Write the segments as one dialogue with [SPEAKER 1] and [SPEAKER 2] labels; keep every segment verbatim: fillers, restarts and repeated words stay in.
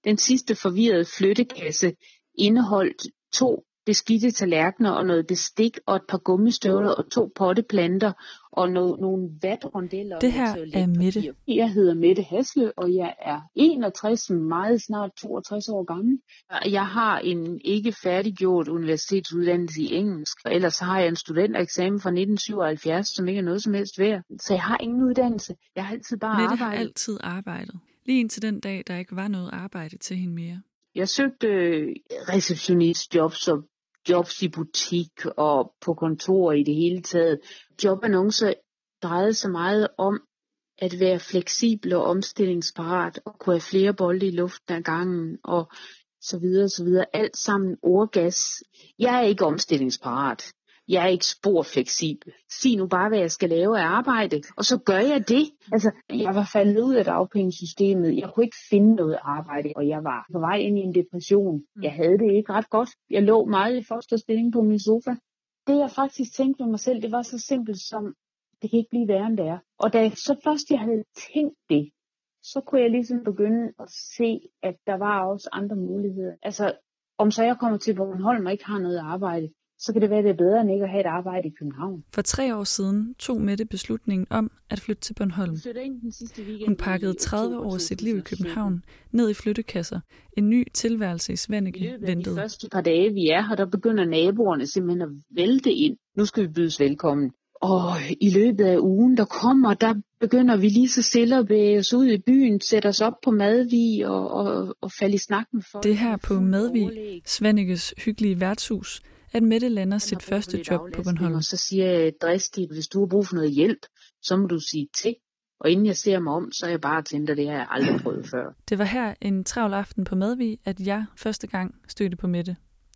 [SPEAKER 1] Den sidste forvirrede flyttekasse indeholdt to beskidte tallerkener og noget bestik og et par gummistøvler og to potteplanter og no- nogle vatrondeller.
[SPEAKER 2] Det her er Mette.
[SPEAKER 1] Jeg hedder Mette Hasle, og jeg er enogtres, meget snart toogtres år gammel. Jeg har en ikke færdiggjort universitetsuddannelse i engelsk, og ellers har jeg en studentereksamen fra nitten syvoghalvfjerds, som ikke er noget som helst værd. Så jeg har ingen uddannelse. Jeg har altid bare
[SPEAKER 2] Mette
[SPEAKER 1] arbejdet.
[SPEAKER 2] har altid arbejdet. Lige indtil den dag, der ikke var noget arbejde til hende mere.
[SPEAKER 1] Jeg søgte receptionistjobs og jobs i butik og på kontor i det hele taget. Jobannoncer drejede sig meget om at være fleksibel og omstillingsparat og kunne have flere bolde i luften ad gangen og så videre, så videre. Alt sammen ordgas. Jeg er ikke omstillingsparat. Jeg er ikke spor fleksibel. Sig nu bare, hvad jeg skal lave af arbejde, og så gør jeg det. Altså, jeg var faldet ud af dagpengesystemet. Jeg kunne ikke finde noget arbejde, og jeg var på vej ind i en depression. Jeg havde det ikke ret godt. Jeg lå meget i fosterstilling på min sofa. Det, jeg faktisk tænkte med mig selv, det var så simpelt som, det kan ikke blive værre end det er. Og da så først jeg havde tænkt det, så kunne jeg ligesom begynde at se, at der var også andre muligheder. Altså, om så jeg kommer til Bornholm og ikke har noget arbejde, så kan det være, at det er bedre end ikke at have et arbejde i København.
[SPEAKER 2] For tre år siden tog Mette beslutningen om at flytte til Bornholm. Hun pakkede tredive år af sit liv i København ned i flyttekasser. En ny tilværelse i Svaneke ventede.
[SPEAKER 1] De første par dage, vi er her, der begynder naboerne simpelthen at vælte ind. Nu skal vi bydes velkommen. Og i løbet af ugen, der kommer, der begynder vi lige så stille at bevæge os ud i byen, sætte os op på Madvig og, og, og falde i snak med folk.
[SPEAKER 2] Det her på Madvig, Svanekes hyggelige værtshus, at Mette lander sit første job på Bornholm.
[SPEAKER 1] Og så siger jeg dristigt, hvis du har brug for noget hjælp, så må du sige til. Og inden jeg ser mig om, så er jeg bare tænkt, at det har jeg aldrig prøvet før.
[SPEAKER 2] Det var her en travl aften på Madvig, at jeg første gang stødte på Mette.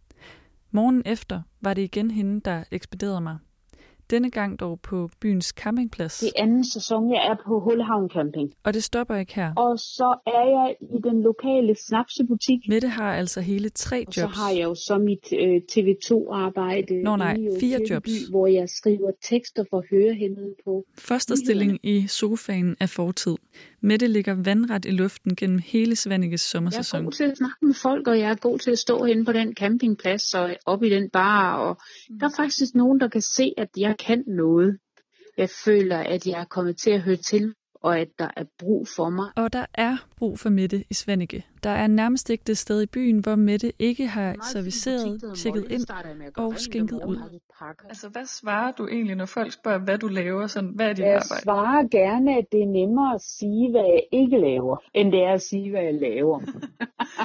[SPEAKER 2] Morgen efter var det igen hende, der ekspederede mig. Denne gang dog på byens campingplads.
[SPEAKER 1] Det er anden sæson, jeg er på Hullehavn Camping.
[SPEAKER 2] Og det stopper ikke her.
[SPEAKER 1] Og så er jeg i den lokale snapsebutik.
[SPEAKER 2] Mette har altså hele tre jobs.
[SPEAKER 1] Og så har jeg jo så mit øh, T V to-arbejde.
[SPEAKER 2] Nå nej, fire jobs.
[SPEAKER 1] Hvor jeg skriver tekster for hørehæmmede på.
[SPEAKER 2] Fosterstilling i sofaen er fortid. Mette ligger vandret i luften gennem hele Svanekes sommersæson.
[SPEAKER 1] Jeg er god til at snakke med folk, og jeg er god til at stå henne på den campingplads og op i den bar. Og mm. der er faktisk nogen, der kan se, at jeg kan noget. Jeg føler, at jeg er kommet til at høre til, og at der er brug for mig.
[SPEAKER 2] Og der er brug for Mette i Svaneke. Der er nærmest ikke det sted i byen, hvor Mette ikke har serviceret, tjekket ind og skænket ud. Altså, hvad svarer du egentlig, når folk spørger, hvad du laver? Sådan, hvad er dit
[SPEAKER 1] jeg
[SPEAKER 2] arbejde?
[SPEAKER 1] Jeg svarer gerne, at det er nemmere at sige, hvad jeg ikke laver, end det er at sige, hvad jeg laver.